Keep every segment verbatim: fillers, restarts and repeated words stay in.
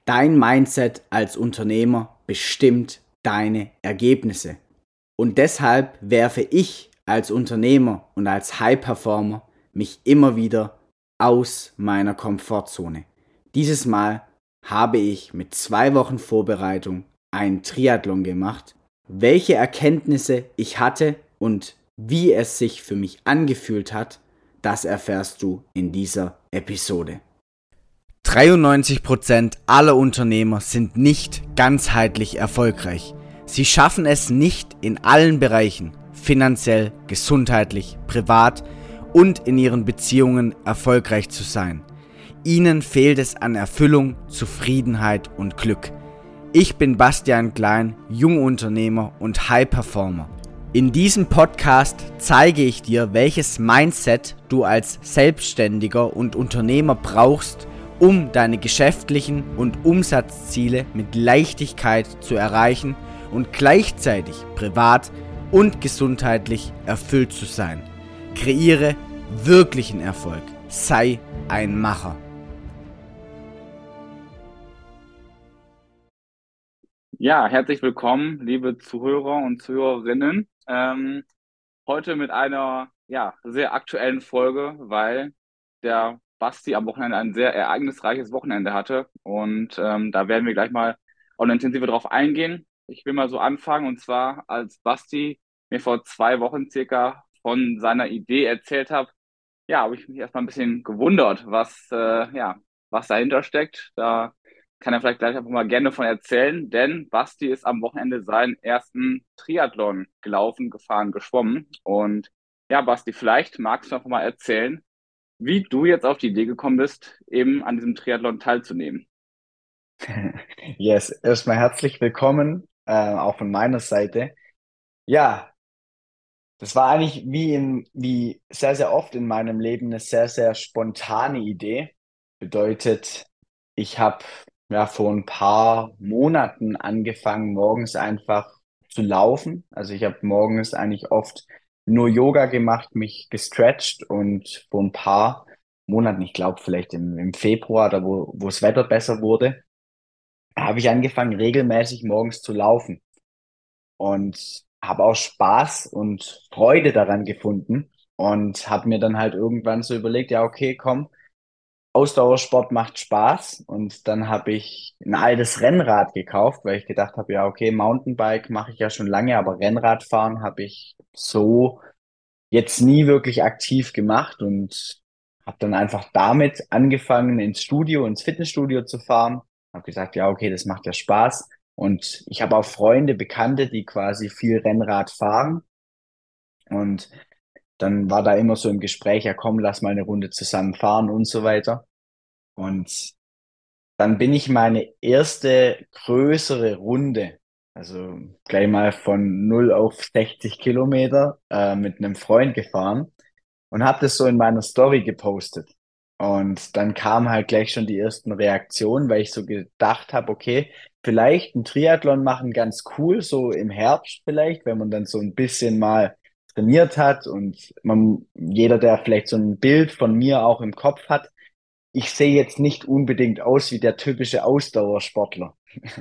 Dein Mindset als Unternehmer bestimmt deine Ergebnisse. Und deshalb werfe ich als Unternehmer und als High-Performer mich immer wieder aus meiner Komfortzone. Dieses Mal habe ich mit zwei Wochen Vorbereitung einen Triathlon gemacht. Welche Erkenntnisse ich hatte und wie es sich für mich angefühlt hat, das erfährst du in dieser Episode. dreiundneunzig Prozent aller Unternehmer sind nicht ganzheitlich erfolgreich. Sie schaffen es nicht in allen Bereichen, finanziell, gesundheitlich, privat und in ihren Beziehungen erfolgreich zu sein. Ihnen fehlt es an Erfüllung, Zufriedenheit und Glück. Ich bin Bastian Klein, Jungunternehmer und High Performer. In diesem Podcast zeige ich dir, welches Mindset du als Selbstständiger und Unternehmer brauchst, um deine geschäftlichen und Umsatzziele mit Leichtigkeit zu erreichen und gleichzeitig privat und gesundheitlich erfüllt zu sein. Kreiere wirklichen Erfolg. Sei ein Macher. Ja, herzlich willkommen, liebe Zuhörer und Zuhörerinnen. Ähm, heute mit einer ja, sehr aktuellen Folge, weil der Basti am Wochenende ein sehr ereignisreiches Wochenende hatte. Und ähm, da werden wir gleich mal auch noch intensiver drauf eingehen. Ich will mal so anfangen, und zwar als Basti mir vor zwei Wochen circa von seiner Idee erzählt hat, ja, habe ich mich erstmal ein bisschen gewundert, was, äh, ja, was dahinter steckt. Da kann er vielleicht gleich einfach mal gerne von erzählen, denn Basti ist am Wochenende seinen ersten Triathlon gelaufen, gefahren, geschwommen. Und ja, Basti, vielleicht magst du einfach mal erzählen, wie du jetzt auf die Idee gekommen bist, eben an diesem Triathlon teilzunehmen. Yes, erstmal herzlich willkommen, äh, auch von meiner Seite. Ja, das war eigentlich wie in, wie sehr, sehr oft in meinem Leben eine sehr, sehr spontane Idee. Bedeutet, ich habe ja vor ein paar Monaten angefangen, morgens einfach zu laufen. Also ich habe morgens eigentlich oft nur Yoga gemacht, mich gestretcht und vor ein paar Monaten, ich glaube vielleicht im, im Februar, da wo, wo das Wetter besser wurde, habe ich angefangen, regelmäßig morgens zu laufen und habe auch Spaß und Freude daran gefunden und habe mir dann halt irgendwann so überlegt, ja, okay, komm, Ausdauersport macht Spaß und dann habe ich ein altes Rennrad gekauft, weil ich gedacht habe, ja, okay, Mountainbike mache ich ja schon lange, aber Rennradfahren habe ich so jetzt nie wirklich aktiv gemacht und habe dann einfach damit angefangen, ins Studio, ins Fitnessstudio zu fahren. Habe gesagt, ja, okay, das macht ja Spaß. Und ich habe auch Freunde, Bekannte, die quasi viel Rennrad fahren. Und dann war da immer so im Gespräch, ja komm, lass mal eine Runde zusammen fahren und so weiter. Und dann bin ich meine erste größere Runde, also gleich mal von null auf sechzig Kilometer, äh, mit einem Freund gefahren und habe das so in meiner Story gepostet. Und dann kamen halt gleich schon die ersten Reaktionen, weil ich so gedacht habe, okay, vielleicht ein Triathlon machen ganz cool, so im Herbst vielleicht, wenn man dann so ein bisschen mal trainiert hat und man, jeder, der vielleicht so ein Bild von mir auch im Kopf hat, ich sehe jetzt nicht unbedingt aus wie der typische Ausdauersportler.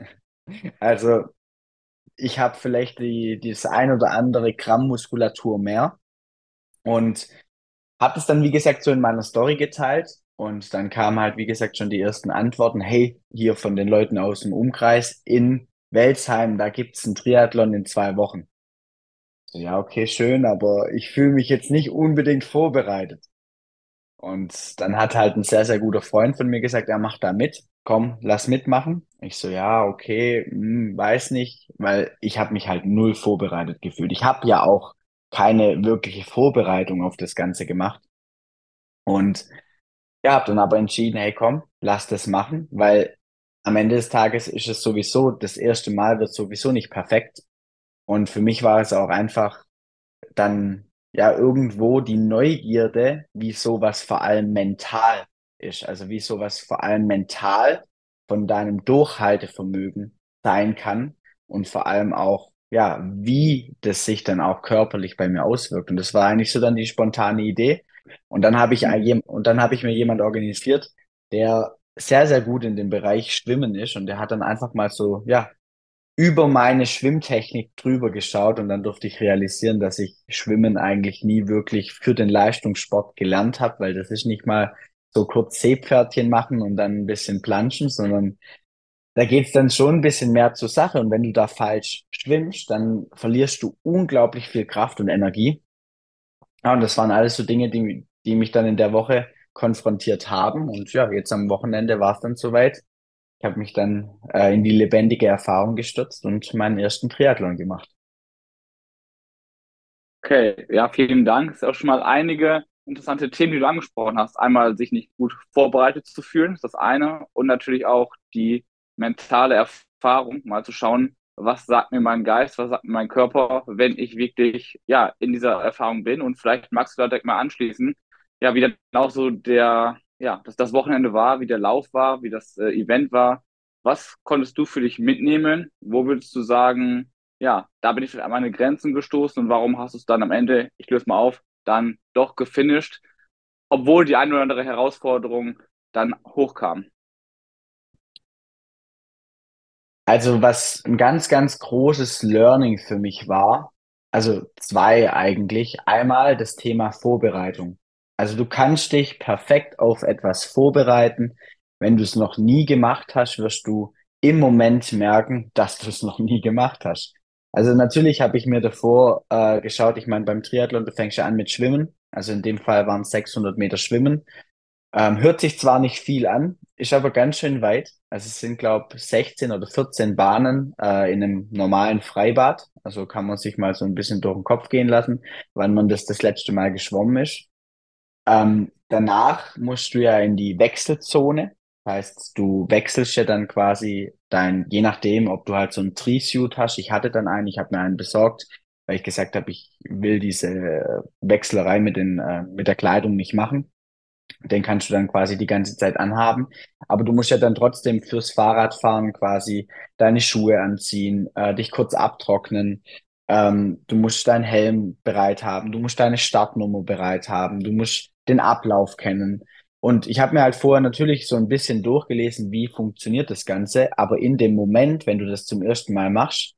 Also ich habe vielleicht die, dieses ein oder andere Gramm Muskulatur mehr und habe es dann, wie gesagt, so in meiner Story geteilt. Und dann kamen halt, wie gesagt, schon die ersten Antworten. Hey, hier von den Leuten aus dem Umkreis in Welzheim, da gibt's einen Triathlon in zwei Wochen. So, ja, okay, schön, aber ich fühle mich jetzt nicht unbedingt vorbereitet. Und dann hat halt ein sehr, sehr guter Freund von mir gesagt, er macht da mit. Komm, lass mitmachen. Ich so, ja, okay, hm, weiß nicht, weil ich habe mich halt null vorbereitet gefühlt. Ich habe ja auch keine wirkliche Vorbereitung auf das Ganze gemacht. Und ja, habe dann aber entschieden, hey, komm, lass das machen, weil am Ende des Tages ist es sowieso, das erste Mal wird sowieso nicht perfekt. Und für mich war es auch einfach dann ja irgendwo die Neugierde, wie sowas vor allem mental ist. Also wie sowas vor allem mental von deinem Durchhaltevermögen sein kann und vor allem auch, ja, wie das sich dann auch körperlich bei mir auswirkt. Und das war eigentlich so dann die spontane Idee. Und dann habe ich, ein- Mhm. jem- und dann habe ich mir jemand organisiert, der sehr, sehr gut in dem Bereich Schwimmen ist und der hat dann einfach mal so, ja, über meine Schwimmtechnik drüber geschaut und dann durfte ich realisieren, dass ich Schwimmen eigentlich nie wirklich für den Leistungssport gelernt habe, weil das ist nicht mal so kurz Seepferdchen machen und dann ein bisschen planschen, sondern da geht's dann schon ein bisschen mehr zur Sache. Und wenn du da falsch schwimmst, dann verlierst du unglaublich viel Kraft und Energie. Ja, und das waren alles so Dinge, die, die mich dann in der Woche konfrontiert haben. Und ja, jetzt am Wochenende war es dann soweit. Ich habe mich dann äh, in die lebendige Erfahrung gestürzt und meinen ersten Triathlon gemacht. Okay, ja, vielen Dank. Es ist auch schon mal einige interessante Themen, die du angesprochen hast. Einmal sich nicht gut vorbereitet zu fühlen, ist das eine. Und natürlich auch die mentale Erfahrung, mal zu schauen, was sagt mir mein Geist, was sagt mir mein Körper, wenn ich wirklich, ja, in dieser Erfahrung bin. Und vielleicht magst du da direkt mal anschließen, ja, wie dann auch so der, ja, dass das Wochenende war, wie der Lauf war, wie das äh, Event war. Was konntest du für dich mitnehmen? Wo würdest du sagen, ja, da bin ich an meine Grenzen gestoßen und warum hast du es dann am Ende, ich löse mal auf, dann doch gefinisht, obwohl die eine oder andere Herausforderung dann hochkam. Also was ein ganz, ganz großes Learning für mich war, also zwei eigentlich. Einmal das Thema Vorbereitung. Also du kannst dich perfekt auf etwas vorbereiten. Wenn du es noch nie gemacht hast, wirst du im Moment merken, dass du es noch nie gemacht hast. Also natürlich habe ich mir davor äh, geschaut, ich meine, beim Triathlon, du fängst ja an mit Schwimmen. Also in dem Fall waren es sechshundert Meter Schwimmen. Ähm, hört sich zwar nicht viel an, ist aber ganz schön weit. Also es sind, glaube ich, sechzehn oder vierzehn Bahnen äh, in einem normalen Freibad. Also kann man sich mal so ein bisschen durch den Kopf gehen lassen, wann man das das letzte Mal geschwommen ist. Ähm, danach musst du ja in die Wechselzone. Heißt, du wechselst ja dann quasi dein, je nachdem, ob du halt so einen Tri-Suit hast. Ich hatte dann einen, ich habe mir einen besorgt, weil ich gesagt habe, ich will diese Wechselerei mit den, äh, mit der Kleidung nicht machen. Den kannst du dann quasi die ganze Zeit anhaben. Aber du musst ja dann trotzdem fürs Fahrradfahren quasi deine Schuhe anziehen, äh, dich kurz abtrocknen. Ähm, du musst deinen Helm bereit haben. Du musst deine Startnummer bereit haben. Du musst den Ablauf kennen. Und ich habe mir halt vorher natürlich so ein bisschen durchgelesen, wie funktioniert das Ganze. Aber in dem Moment, wenn du das zum ersten Mal machst,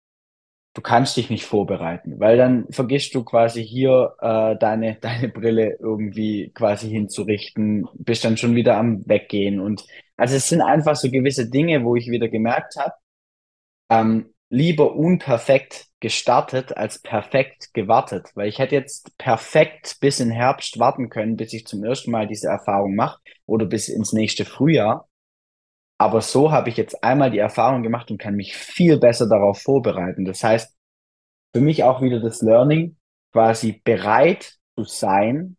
du kannst dich nicht vorbereiten, weil dann vergisst du quasi hier äh, deine, deine Brille irgendwie quasi hinzurichten, bist dann schon wieder am Weggehen. Und also es sind einfach so gewisse Dinge, wo ich wieder gemerkt habe, ähm, lieber unperfekt gestartet als perfekt gewartet. Weil ich hätte jetzt perfekt bis in Herbst warten können, bis ich zum ersten Mal diese Erfahrung mache oder bis ins nächste Frühjahr. Aber so habe ich jetzt einmal die Erfahrung gemacht und kann mich viel besser darauf vorbereiten. Das heißt, für mich auch wieder das Learning, quasi bereit zu sein,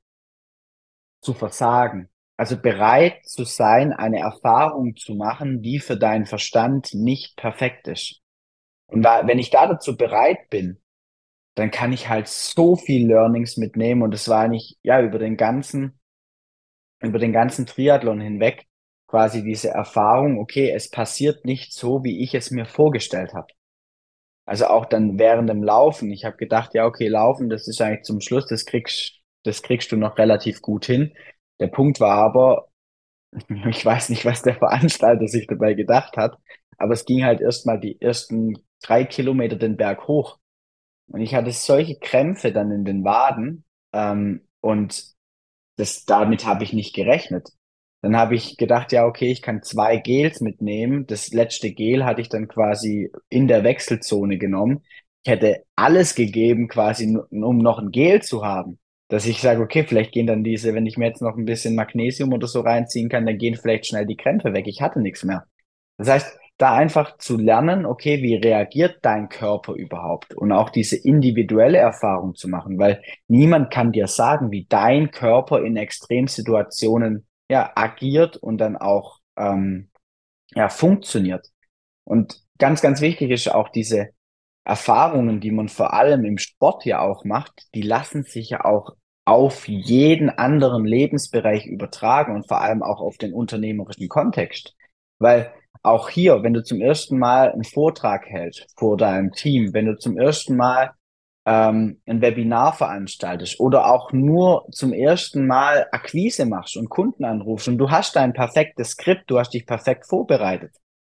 zu versagen. Also bereit zu sein, eine Erfahrung zu machen, die für deinen Verstand nicht perfekt ist. Und da, wenn ich da dazu bereit bin, dann kann ich halt so viel Learnings mitnehmen. Und das war eigentlich, ja, über den ganzen, über den ganzen Triathlon hinweg quasi diese Erfahrung, okay, es passiert nicht so, wie ich es mir vorgestellt habe. Also auch dann während dem Laufen. Ich habe gedacht, ja, okay, Laufen, das ist eigentlich zum Schluss, das kriegst, das kriegst du noch relativ gut hin. Der Punkt war aber, ich weiß nicht, was der Veranstalter sich dabei gedacht hat, aber es ging halt erstmal die ersten drei Kilometer den Berg hoch. Und ich hatte solche Krämpfe dann in den Waden, ähm, und das, damit habe ich nicht gerechnet. Dann habe ich gedacht, ja, okay, ich kann zwei Gels mitnehmen. Das letzte Gel hatte ich dann quasi in der Wechselzone genommen. Ich hätte alles gegeben, quasi, nu- um noch ein Gel zu haben. Dass ich sage, okay, vielleicht gehen dann diese, wenn ich mir jetzt noch ein bisschen Magnesium oder so reinziehen kann, dann gehen vielleicht schnell die Krämpfe weg. Ich hatte nichts mehr. Das heißt, da einfach zu lernen, okay, wie reagiert dein Körper überhaupt? Und auch diese individuelle Erfahrung zu machen, weil niemand kann dir sagen, wie dein Körper in Extremsituationen ja agiert und dann auch ähm, ja funktioniert. Und ganz, ganz wichtig ist auch diese Erfahrungen, die man vor allem im Sport ja auch macht, die lassen sich ja auch auf jeden anderen Lebensbereich übertragen und vor allem auch auf den unternehmerischen Kontext. Weil auch hier, wenn du zum ersten Mal einen Vortrag hältst vor deinem Team, wenn du zum ersten Mal ähm, ein Webinar veranstaltest oder auch nur zum ersten Mal Akquise machst und Kunden anrufst und du hast dein perfektes Skript, du hast dich perfekt vorbereitet.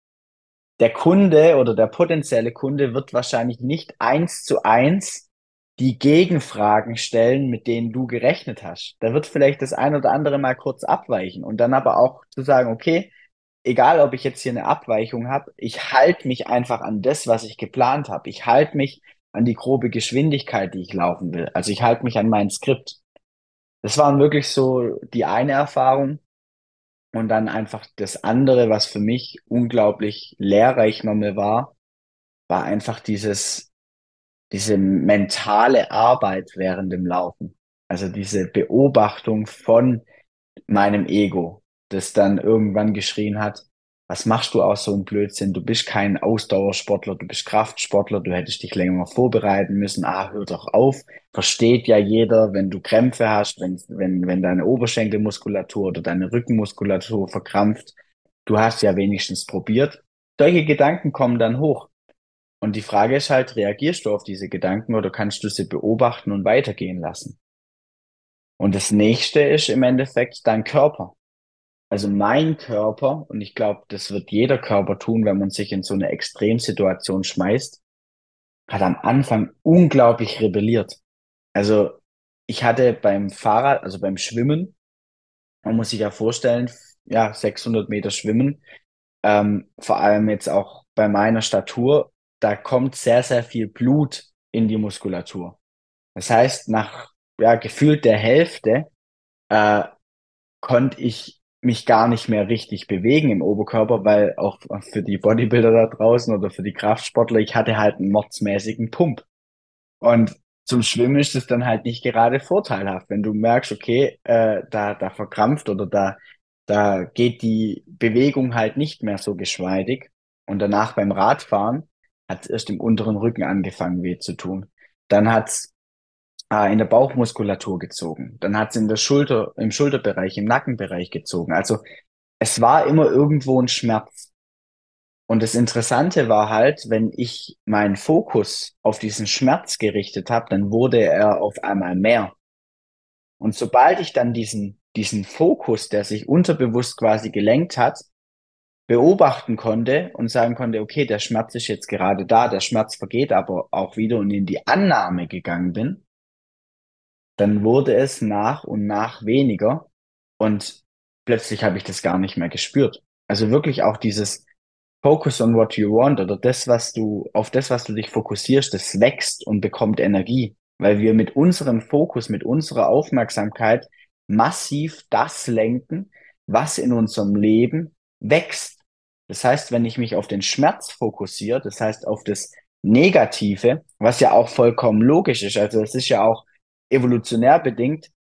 Der Kunde oder der potenzielle Kunde wird wahrscheinlich nicht eins zu eins die Gegenfragen stellen, mit denen du gerechnet hast. Da wird vielleicht das ein oder andere mal kurz abweichen und dann aber auch zu sagen, okay, egal ob ich jetzt hier eine Abweichung habe, ich halte mich einfach an das, was ich geplant habe. Ich halte mich an die grobe Geschwindigkeit, die ich laufen will. Also ich halte mich an mein Skript. Das waren wirklich so die eine Erfahrung. Und dann einfach das andere, was für mich unglaublich lehrreich nochmal war, war einfach dieses, diese mentale Arbeit während dem Laufen. Also diese Beobachtung von meinem Ego, das dann irgendwann geschrien hat, was machst du aus so einem Blödsinn? Du bist kein Ausdauersportler, du bist Kraftsportler, du hättest dich länger mal vorbereiten müssen. Ah, hör doch auf. Versteht ja jeder, wenn du Krämpfe hast, wenn, wenn, wenn deine Oberschenkelmuskulatur oder deine Rückenmuskulatur verkrampft. Du hast ja wenigstens probiert. Solche Gedanken kommen dann hoch. Und die Frage ist halt, reagierst du auf diese Gedanken oder kannst du sie beobachten und weitergehen lassen? Und das nächste ist im Endeffekt dein Körper. Also mein Körper, und ich glaube, das wird jeder Körper tun, wenn man sich in so eine Extremsituation schmeißt, hat am Anfang unglaublich rebelliert. Also ich hatte beim Fahrrad, also beim Schwimmen, man muss sich ja vorstellen, ja, sechshundert Meter Schwimmen, ähm, vor allem jetzt auch bei meiner Statur, da kommt sehr, sehr viel Blut in die Muskulatur. Das heißt, nach ja, gefühlt der Hälfte äh, konnte ich mich gar nicht mehr richtig bewegen im Oberkörper, weil auch für die Bodybuilder da draußen oder für die Kraftsportler, ich hatte halt einen mordsmäßigen Pump. Und zum Schwimmen ist es dann halt nicht gerade vorteilhaft, wenn du merkst, okay, äh, da, da verkrampft oder da, da geht die Bewegung halt nicht mehr so geschmeidig. Und danach beim Radfahren hat es erst im unteren Rücken angefangen weh zu tun. Dann hat's äh, in der Bauchmuskulatur gezogen. Dann hat's in der Schulter, im Schulterbereich, im Nackenbereich gezogen. Also es war immer irgendwo ein Schmerz. Und das Interessante war halt, wenn ich meinen Fokus auf diesen Schmerz gerichtet habe, dann wurde er auf einmal mehr. Und sobald ich dann diesen, diesen Fokus, der sich unterbewusst quasi gelenkt hat, beobachten konnte und sagen konnte, okay, der Schmerz ist jetzt gerade da, der Schmerz vergeht aber auch wieder und in die Annahme gegangen bin, dann wurde es nach und nach weniger und plötzlich habe ich das gar nicht mehr gespürt. Also wirklich auch dieses Focus on what you want oder das, was du, auf das, was du dich fokussierst, das wächst und bekommt Energie, weil wir mit unserem Fokus, mit unserer Aufmerksamkeit massiv das lenken, was in unserem Leben wächst. Das heißt, wenn ich mich auf den Schmerz fokussiere, das heißt auf das Negative, was ja auch vollkommen logisch ist, also es ist ja auch evolutionär bedingt,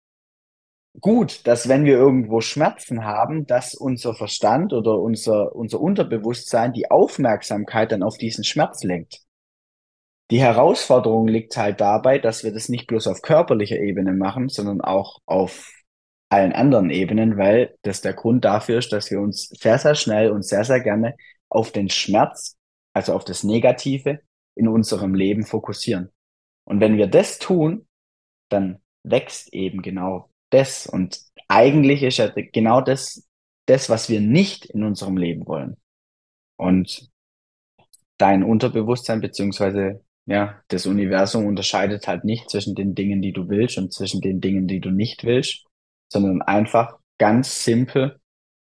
gut, dass wenn wir irgendwo Schmerzen haben, dass unser Verstand oder unser, unser Unterbewusstsein die Aufmerksamkeit dann auf diesen Schmerz lenkt. Die Herausforderung liegt halt dabei, dass wir das nicht bloß auf körperlicher Ebene machen, sondern auch auf allen anderen Ebenen, weil das der Grund dafür ist, dass wir uns sehr, sehr schnell und sehr, sehr gerne auf den Schmerz, also auf das Negative in unserem Leben fokussieren. Und wenn wir das tun, dann wächst eben genau das. Und eigentlich ist ja genau das, das, was wir nicht in unserem Leben wollen. Und dein Unterbewusstsein beziehungsweise ja, das Universum unterscheidet halt nicht zwischen den Dingen, die du willst und zwischen den Dingen, die du nicht willst, sondern einfach ganz simpel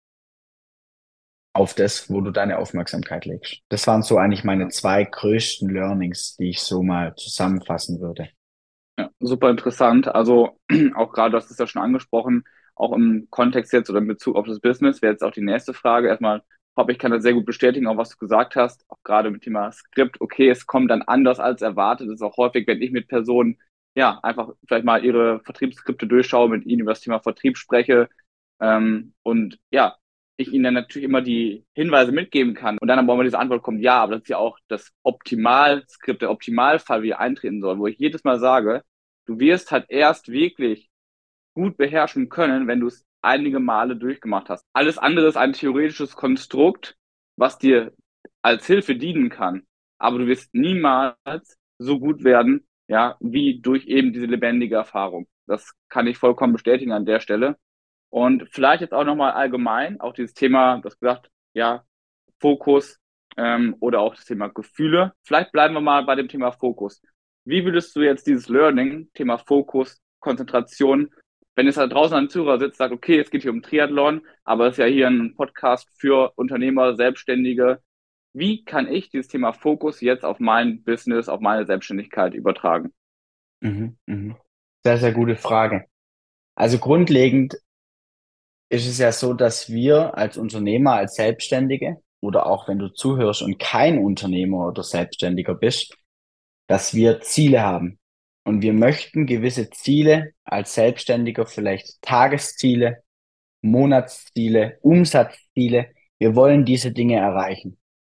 auf das, wo du deine Aufmerksamkeit legst. Das waren so eigentlich meine zwei größten Learnings, die ich so mal zusammenfassen würde. Ja, super interessant. Also auch gerade, du hast es ja schon angesprochen, auch im Kontext jetzt oder in Bezug auf das Business, wäre jetzt auch die nächste Frage. Erstmal, Pop, ich kann das sehr gut bestätigen, auch was du gesagt hast, auch gerade mit Thema Skript. Okay, es kommt dann anders als erwartet. Das ist auch häufig, wenn ich mit Personen, ja, einfach vielleicht mal ihre Vertriebsskripte durchschaue, mit ihnen über das Thema Vertrieb spreche, ähm, und ja, ich ihnen dann natürlich immer die Hinweise mitgeben kann und dann aber immer diese Antwort kommt, ja, aber das ist ja auch das Optimalskript, der Optimalfall, wie er eintreten soll, wo ich jedes Mal sage, du wirst halt erst wirklich gut beherrschen können, wenn du es einige Male durchgemacht hast. Alles andere ist ein theoretisches Konstrukt, was dir als Hilfe dienen kann. Aber du wirst niemals so gut werden, ja, wie durch eben diese lebendige Erfahrung. Das kann ich vollkommen bestätigen an der Stelle. Und vielleicht jetzt auch nochmal allgemein, auch dieses Thema, das gesagt, ja, Fokus ähm, oder auch das Thema Gefühle. Vielleicht bleiben wir mal bei dem Thema Fokus. Wie würdest du jetzt dieses Learning, Thema Fokus, Konzentration, wenn jetzt da draußen ein Zuhörer sitzt, sagt, okay, es geht hier um Triathlon, aber es ist ja hier ein Podcast für Unternehmer, Selbstständige. Wie kann ich dieses Thema Fokus jetzt auf mein Business, auf meine Selbstständigkeit übertragen? Mhm, mhm. Sehr, sehr gute Frage. Also grundlegend ist es ja so, dass wir als Unternehmer, als Selbstständige oder auch wenn du zuhörst und kein Unternehmer oder Selbstständiger bist, dass wir Ziele haben. Und wir möchten gewisse Ziele als Selbstständiger, vielleicht Tagesziele, Monatsziele, Umsatzziele. Wir wollen diese Dinge erreichen.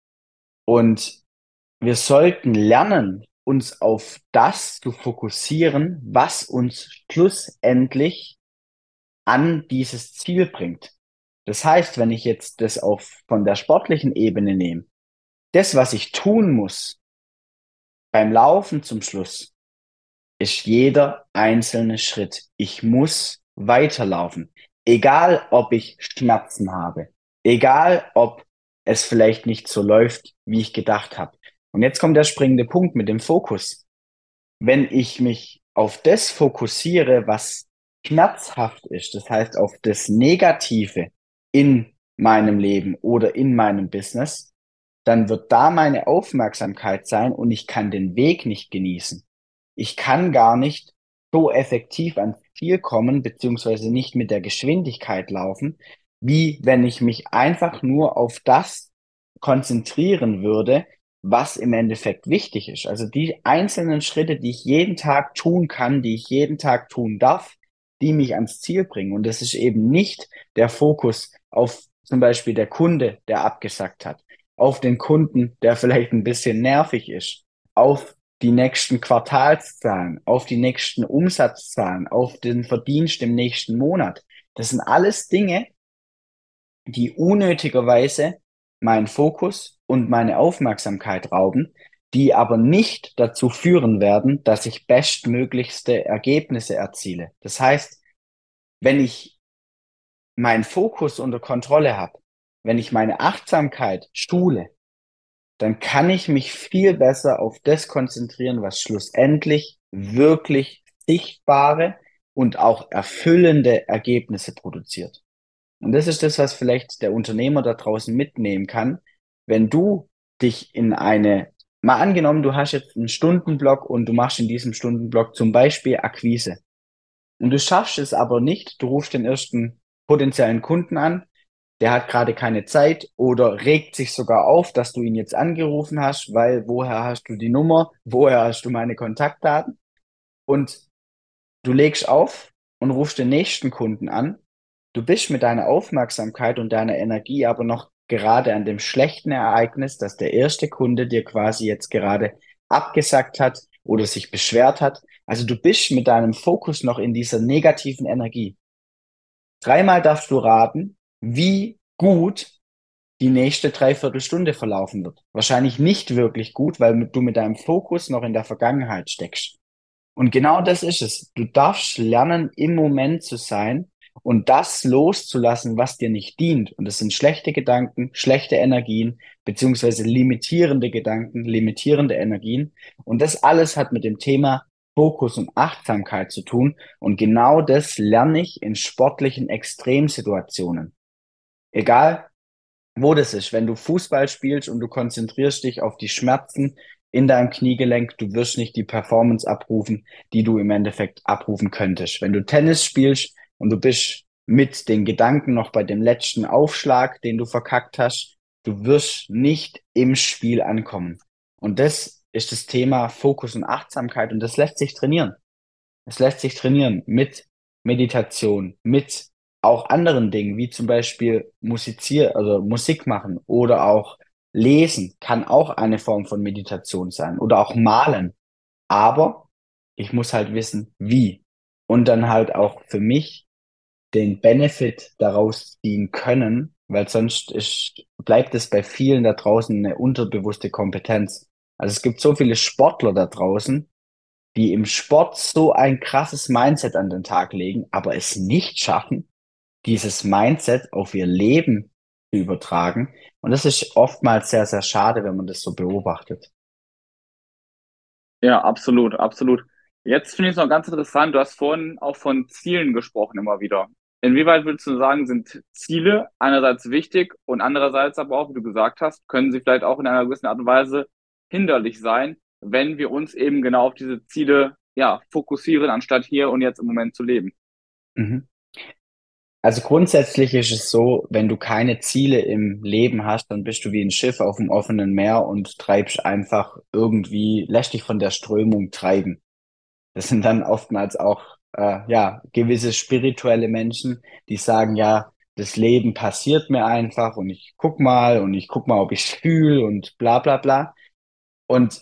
Und wir sollten lernen, uns auf das zu fokussieren, was uns schlussendlich an dieses Ziel bringt. Das heißt, wenn ich jetzt das auf von der sportlichen Ebene nehme, das, was ich tun muss beim Laufen zum Schluss, ist jeder einzelne Schritt. Ich muss weiterlaufen. Egal, ob ich Schmerzen habe. Egal, ob es vielleicht nicht so läuft, wie ich gedacht habe. Und jetzt kommt der springende Punkt mit dem Fokus. Wenn ich mich auf das fokussiere, was schmerzhaft ist, das heißt auf das Negative in meinem Leben oder in meinem Business, dann wird da meine Aufmerksamkeit sein und ich kann den Weg nicht genießen. Ich kann gar nicht so effektiv ans Ziel kommen, beziehungsweise nicht mit der Geschwindigkeit laufen, wie wenn ich mich einfach nur auf das konzentrieren würde, was im Endeffekt wichtig ist. Also die einzelnen Schritte, die ich jeden Tag tun kann, die ich jeden Tag tun darf, die mich ans Ziel bringen. Und das ist eben nicht der Fokus auf zum Beispiel der Kunde, der abgesagt hat, auf den Kunden, der vielleicht ein bisschen nervig ist, auf die nächsten Quartalszahlen, auf die nächsten Umsatzzahlen, auf den Verdienst im nächsten Monat. Das sind alles Dinge, die unnötigerweise meinen Fokus und meine Aufmerksamkeit rauben, die aber nicht dazu führen werden, dass ich bestmöglichste Ergebnisse erziele. Das heißt, wenn ich meinen Fokus unter Kontrolle habe, wenn ich meine Achtsamkeit schule, dann kann ich mich viel besser auf das konzentrieren, was schlussendlich wirklich sichtbare und auch erfüllende Ergebnisse produziert. Und das ist das, was vielleicht der Unternehmer da draußen mitnehmen kann. Wenn du dich in eine, mal angenommen, du hast jetzt einen Stundenblock und du machst in diesem Stundenblock zum Beispiel Akquise. Und du schaffst es aber nicht, du rufst den ersten potenziellen Kunden an, der hat gerade keine Zeit oder regt sich sogar auf, dass du ihn jetzt angerufen hast, weil woher hast du die Nummer, woher hast du meine Kontaktdaten? Und du legst auf und rufst den nächsten Kunden an. Du bist mit deiner Aufmerksamkeit und deiner Energie aber noch gerade an dem schlechten Ereignis, dass der erste Kunde dir quasi jetzt gerade abgesagt hat oder sich beschwert hat. Also du bist mit deinem Fokus noch in dieser negativen Energie. Dreimal darfst du raten, wie gut die nächste Dreiviertelstunde verlaufen wird. Wahrscheinlich nicht wirklich gut, weil du mit deinem Fokus noch in der Vergangenheit steckst. Und genau das ist es. Du darfst lernen, im Moment zu sein und das loszulassen, was dir nicht dient. Und das sind schlechte Gedanken, schlechte Energien, beziehungsweise limitierende Gedanken, limitierende Energien. Und das alles hat mit dem Thema Fokus und Achtsamkeit zu tun. Und genau das lerne ich in sportlichen Extremsituationen. Egal, wo das ist. Wenn du Fußball spielst und du konzentrierst dich auf die Schmerzen in deinem Kniegelenk, du wirst nicht die Performance abrufen, die du im Endeffekt abrufen könntest. Wenn du Tennis spielst und du bist mit den Gedanken noch bei dem letzten Aufschlag, den du verkackt hast, du wirst nicht im Spiel ankommen. Und das ist das Thema Fokus und Achtsamkeit und das lässt sich trainieren. Es lässt sich trainieren mit Meditation, mit auch anderen Dingen, wie zum Beispiel musizieren, also Musik machen oder auch lesen, kann auch eine Form von Meditation sein oder auch malen. Aber ich muss halt wissen, wie. Und dann halt auch für mich den Benefit daraus ziehen können, weil sonst ist, bleibt es bei vielen da draußen eine unterbewusste Kompetenz. Also es gibt so viele Sportler da draußen, die im Sport so ein krasses Mindset an den Tag legen, aber es nicht schaffen, dieses Mindset auf ihr Leben zu übertragen. Und das ist oftmals sehr, sehr schade, wenn man das so beobachtet. Ja, absolut, absolut. Jetzt finde ich es noch ganz interessant, du hast vorhin auch von Zielen gesprochen immer wieder. Inwieweit würdest du sagen, sind Ziele einerseits wichtig und andererseits aber auch, wie du gesagt hast, können sie vielleicht auch in einer gewissen Art und Weise hinderlich sein, wenn wir uns eben genau auf diese Ziele, ja, fokussieren, anstatt hier und jetzt im Moment zu leben? Mhm. Also grundsätzlich ist es so, wenn du keine Ziele im Leben hast, dann bist du wie ein Schiff auf dem offenen Meer und treibst einfach irgendwie, lässt dich von der Strömung treiben. Das sind dann oftmals auch äh, ja gewisse spirituelle Menschen, die sagen, ja, das Leben passiert mir einfach und ich guck mal und ich guck mal, ob ich es fühle und bla bla bla. Und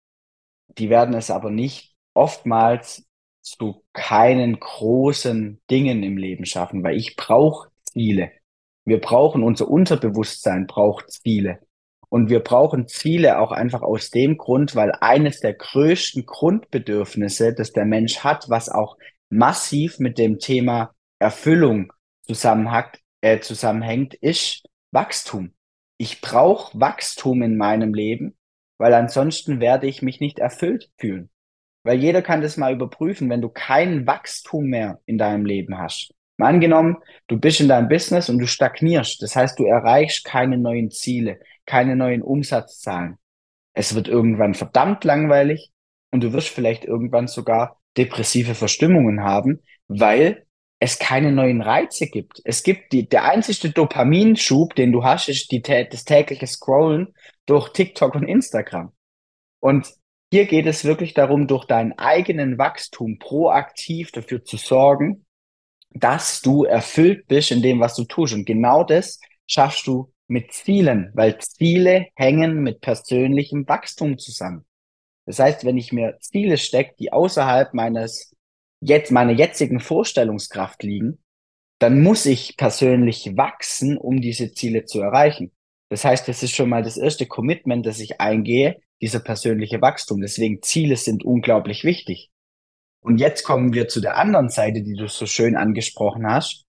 die werden es aber nicht oftmals zu keinen großen Dingen im Leben schaffen, weil ich brauche Ziele. Wir brauchen, unser Unterbewusstsein braucht Ziele. Und wir brauchen Ziele auch einfach aus dem Grund, weil eines der größten Grundbedürfnisse, das der Mensch hat, was auch massiv mit dem Thema Erfüllung zusammenhackt, äh, zusammenhängt, ist Wachstum. Ich brauche Wachstum in meinem Leben, weil ansonsten werde ich mich nicht erfüllt fühlen. Weil jeder kann das mal überprüfen, wenn du kein Wachstum mehr in deinem Leben hast. Mal angenommen, du bist in deinem Business und du stagnierst. Das heißt, du erreichst keine neuen Ziele, keine neuen Umsatzzahlen. Es wird irgendwann verdammt langweilig und du wirst vielleicht irgendwann sogar depressive Verstimmungen haben, weil es keine neuen Reize gibt. Es gibt die, der einzige Dopaminschub, den du hast, ist die, tä- das tägliche Scrollen durch TikTok und Instagram. Und hier geht es wirklich darum, durch deinen eigenen Wachstum proaktiv dafür zu sorgen, dass du erfüllt bist in dem, was du tust. Und genau das schaffst du mit Zielen, weil Ziele hängen mit persönlichem Wachstum zusammen. Das heißt, wenn ich mir Ziele stecke, die außerhalb meines jetzt meiner jetzigen Vorstellungskraft liegen, dann muss ich persönlich wachsen, um diese Ziele zu erreichen. Das heißt, das ist schon mal das erste Commitment, das ich eingehe, dieser persönliche Wachstum. Deswegen Ziele sind unglaublich wichtig. Und jetzt kommen wir zu der anderen Seite, die du so schön angesprochen hast.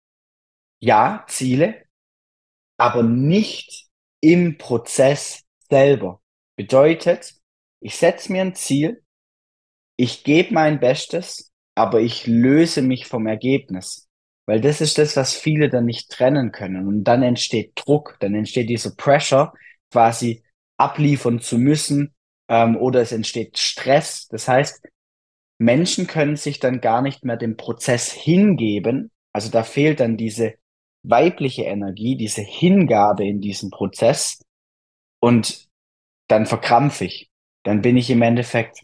Ja, Ziele, aber nicht im Prozess selber. Bedeutet, ich setze mir ein Ziel, ich gebe mein Bestes, aber ich löse mich vom Ergebnis. Weil das ist das, was viele dann nicht trennen können. Und dann entsteht Druck, dann entsteht dieser Pressure, quasi abliefern zu müssen, ähm, oder es entsteht Stress. Das heißt, Menschen können sich dann gar nicht mehr dem Prozess hingeben. Also da fehlt dann diese weibliche Energie, diese Hingabe in diesen Prozess und dann verkrampfe ich. Dann bin ich im Endeffekt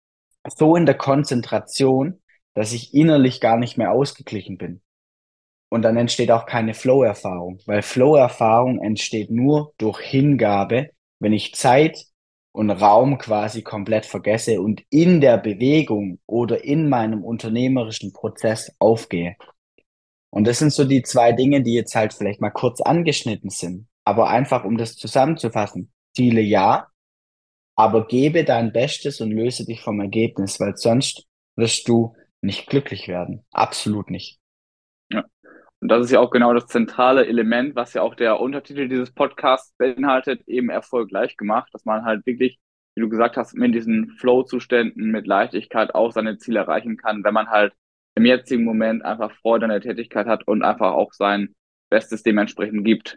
so in der Konzentration, dass ich innerlich gar nicht mehr ausgeglichen bin. Und dann entsteht auch keine Flow-Erfahrung, weil Flow-Erfahrung entsteht nur durch Hingabe, wenn ich Zeit und Raum quasi komplett vergesse und in der Bewegung oder in meinem unternehmerischen Prozess aufgehe. Und das sind so die zwei Dinge, die jetzt halt vielleicht mal kurz angeschnitten sind. Aber einfach, um das zusammenzufassen. Ziele ja, aber gebe dein Bestes und löse dich vom Ergebnis, weil sonst wirst du nicht glücklich werden. Absolut nicht. Ja. Und das ist ja auch genau das zentrale Element, was ja auch der Untertitel dieses Podcasts beinhaltet, eben Erfolg leicht gemacht, dass man halt wirklich, wie du gesagt hast, mit diesen Flow-Zuständen, mit Leichtigkeit auch seine Ziele erreichen kann, wenn man halt im jetzigen Moment einfach Freude an der Tätigkeit hat und einfach auch sein Bestes dementsprechend gibt.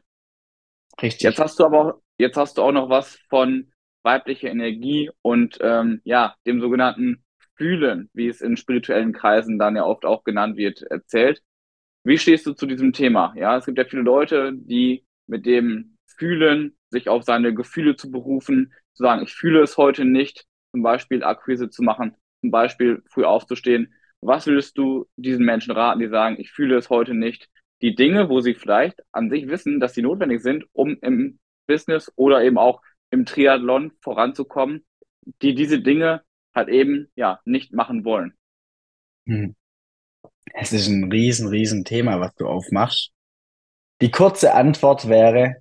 Jetzt Richtig. hast du aber auch, jetzt hast du auch noch was von weiblicher Energie und ähm, ja, dem sogenannten Fühlen, wie es in spirituellen Kreisen dann ja oft auch genannt wird, erzählt. Wie stehst du zu diesem Thema? Ja, es gibt ja viele Leute, die mit dem Fühlen, sich auf seine Gefühle zu berufen, zu sagen, ich fühle es heute nicht, zum Beispiel Akquise zu machen, zum Beispiel früh aufzustehen. Was würdest du diesen Menschen raten, die sagen, ich fühle es heute nicht? Die Dinge, wo sie vielleicht an sich wissen, dass sie notwendig sind, um im Business oder eben auch im Triathlon voranzukommen, die diese Dinge halt eben, ja, nicht machen wollen. Hm. Es ist ein riesen, riesen Thema, was du aufmachst. Die kurze Antwort wäre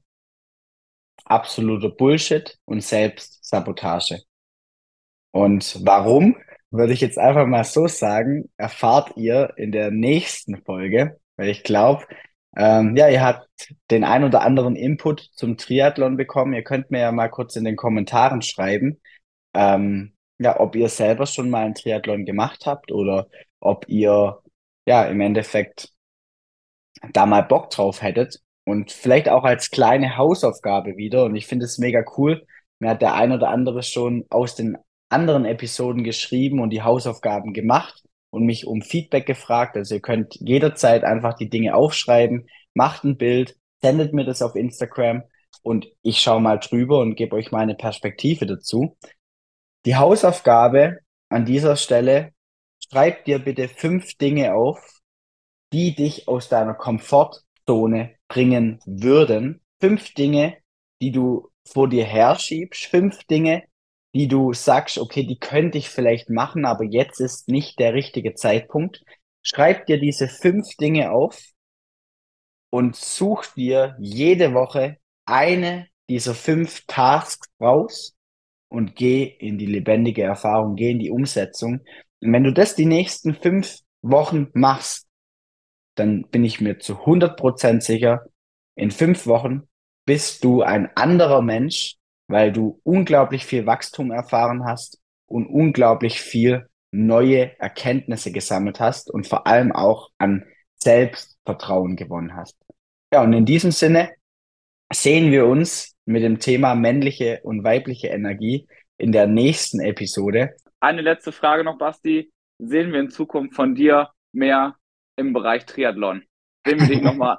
absoluter Bullshit und Selbstsabotage. Und warum? würde ich jetzt einfach mal so sagen, erfahrt ihr in der nächsten Folge, weil ich glaube, ähm, ja, ihr habt den ein oder anderen Input zum Triathlon bekommen. Ihr könnt mir ja mal kurz in den Kommentaren schreiben, ähm, ja, ob ihr selber schon mal einen Triathlon gemacht habt oder ob ihr ja im Endeffekt da mal Bock drauf hättet und vielleicht auch als kleine Hausaufgabe wieder. Und ich finde es mega cool. Mir hat der ein oder andere schon aus den anderen Episoden geschrieben und die Hausaufgaben gemacht und mich um Feedback gefragt. Also ihr könnt jederzeit einfach die Dinge aufschreiben, macht ein Bild, sendet mir das auf Instagram und ich schaue mal drüber und gebe euch meine Perspektive dazu. Die Hausaufgabe an dieser Stelle: Schreib dir bitte fünf Dinge auf, die dich aus deiner Komfortzone bringen würden. Fünf Dinge, die du vor dir herschiebst. Fünf Dinge, die du sagst, okay, die könnte ich vielleicht machen, aber jetzt ist nicht der richtige Zeitpunkt. Schreib dir diese fünf Dinge auf und such dir jede Woche eine dieser fünf Tasks raus und geh in die lebendige Erfahrung, geh in die Umsetzung. Und wenn du das die nächsten fünf Wochen machst, dann bin ich mir zu hundert Prozent sicher, in fünf Wochen bist du ein anderer Mensch, weil du unglaublich viel Wachstum erfahren hast und unglaublich viel neue Erkenntnisse gesammelt hast und vor allem auch an Selbstvertrauen gewonnen hast. Ja, und in diesem Sinne sehen wir uns mit dem Thema männliche und weibliche Energie in der nächsten Episode. Eine letzte Frage noch, Basti. Sehen wir in Zukunft von dir mehr im Bereich Triathlon? Sehen wir dich nochmal?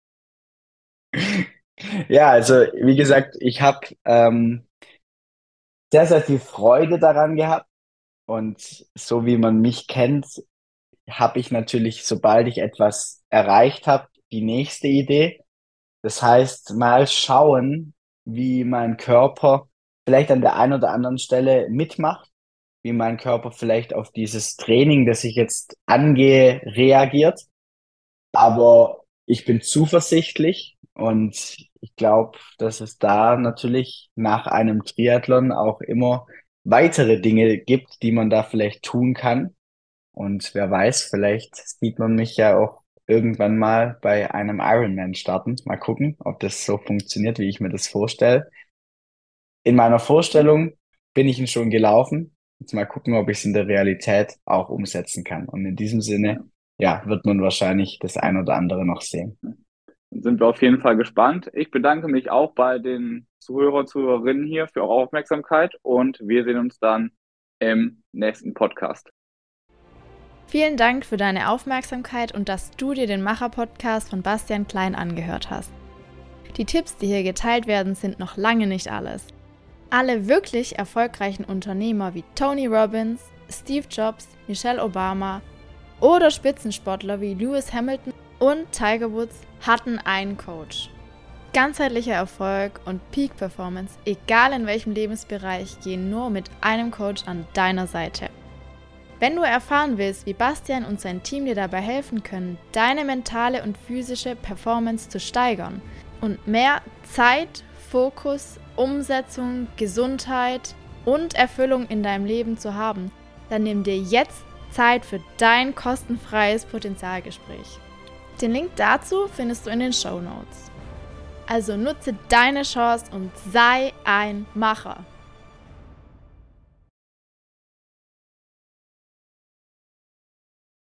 Ja, also wie gesagt, ich habe ähm, sehr, sehr viel Freude daran gehabt und so wie man mich kennt, habe ich natürlich, sobald ich etwas erreicht habe, die nächste Idee. Das heißt, mal schauen, wie mein Körper vielleicht an der einen oder anderen Stelle mitmacht, wie mein Körper vielleicht auf dieses Training, das ich jetzt angehe, reagiert. Aber ich bin zuversichtlich und ich glaube, dass es da natürlich nach einem Triathlon auch immer weitere Dinge gibt, die man da vielleicht tun kann. Und wer weiß, vielleicht sieht man mich ja auch irgendwann mal bei einem Ironman starten. Mal gucken, ob das so funktioniert, wie ich mir das vorstelle. In meiner Vorstellung bin ich ihn schon gelaufen. Jetzt mal gucken, ob ich es in der Realität auch umsetzen kann. Und in diesem Sinne, ja, wird man wahrscheinlich das ein oder andere noch sehen. Dann sind wir auf jeden Fall gespannt. Ich bedanke mich auch bei den Zuhörer und Zuhörerinnen hier für eure Aufmerksamkeit und wir sehen uns dann im nächsten Podcast. Vielen Dank für deine Aufmerksamkeit und dass du dir den Macher-Podcast von Bastian Klein angehört hast. Die Tipps, die hier geteilt werden, sind noch lange nicht alles. Alle wirklich erfolgreichen Unternehmer wie Tony Robbins, Steve Jobs, Michelle Obama oder Spitzensportler wie Lewis Hamilton und Tiger Woods hatten einen Coach. Ganzheitlicher Erfolg und Peak Performance, egal in welchem Lebensbereich, gehen nur mit einem Coach an deiner Seite. Wenn du erfahren willst, wie Bastian und sein Team dir dabei helfen können, deine mentale und physische Performance zu steigern und mehr Zeit, Fokus, Umsetzung, Gesundheit und Erfüllung in deinem Leben zu haben, dann nimm dir jetzt Zeit für dein kostenfreies Potenzialgespräch. Den Link dazu findest du in den Shownotes. Also nutze deine Chance und sei ein Macher.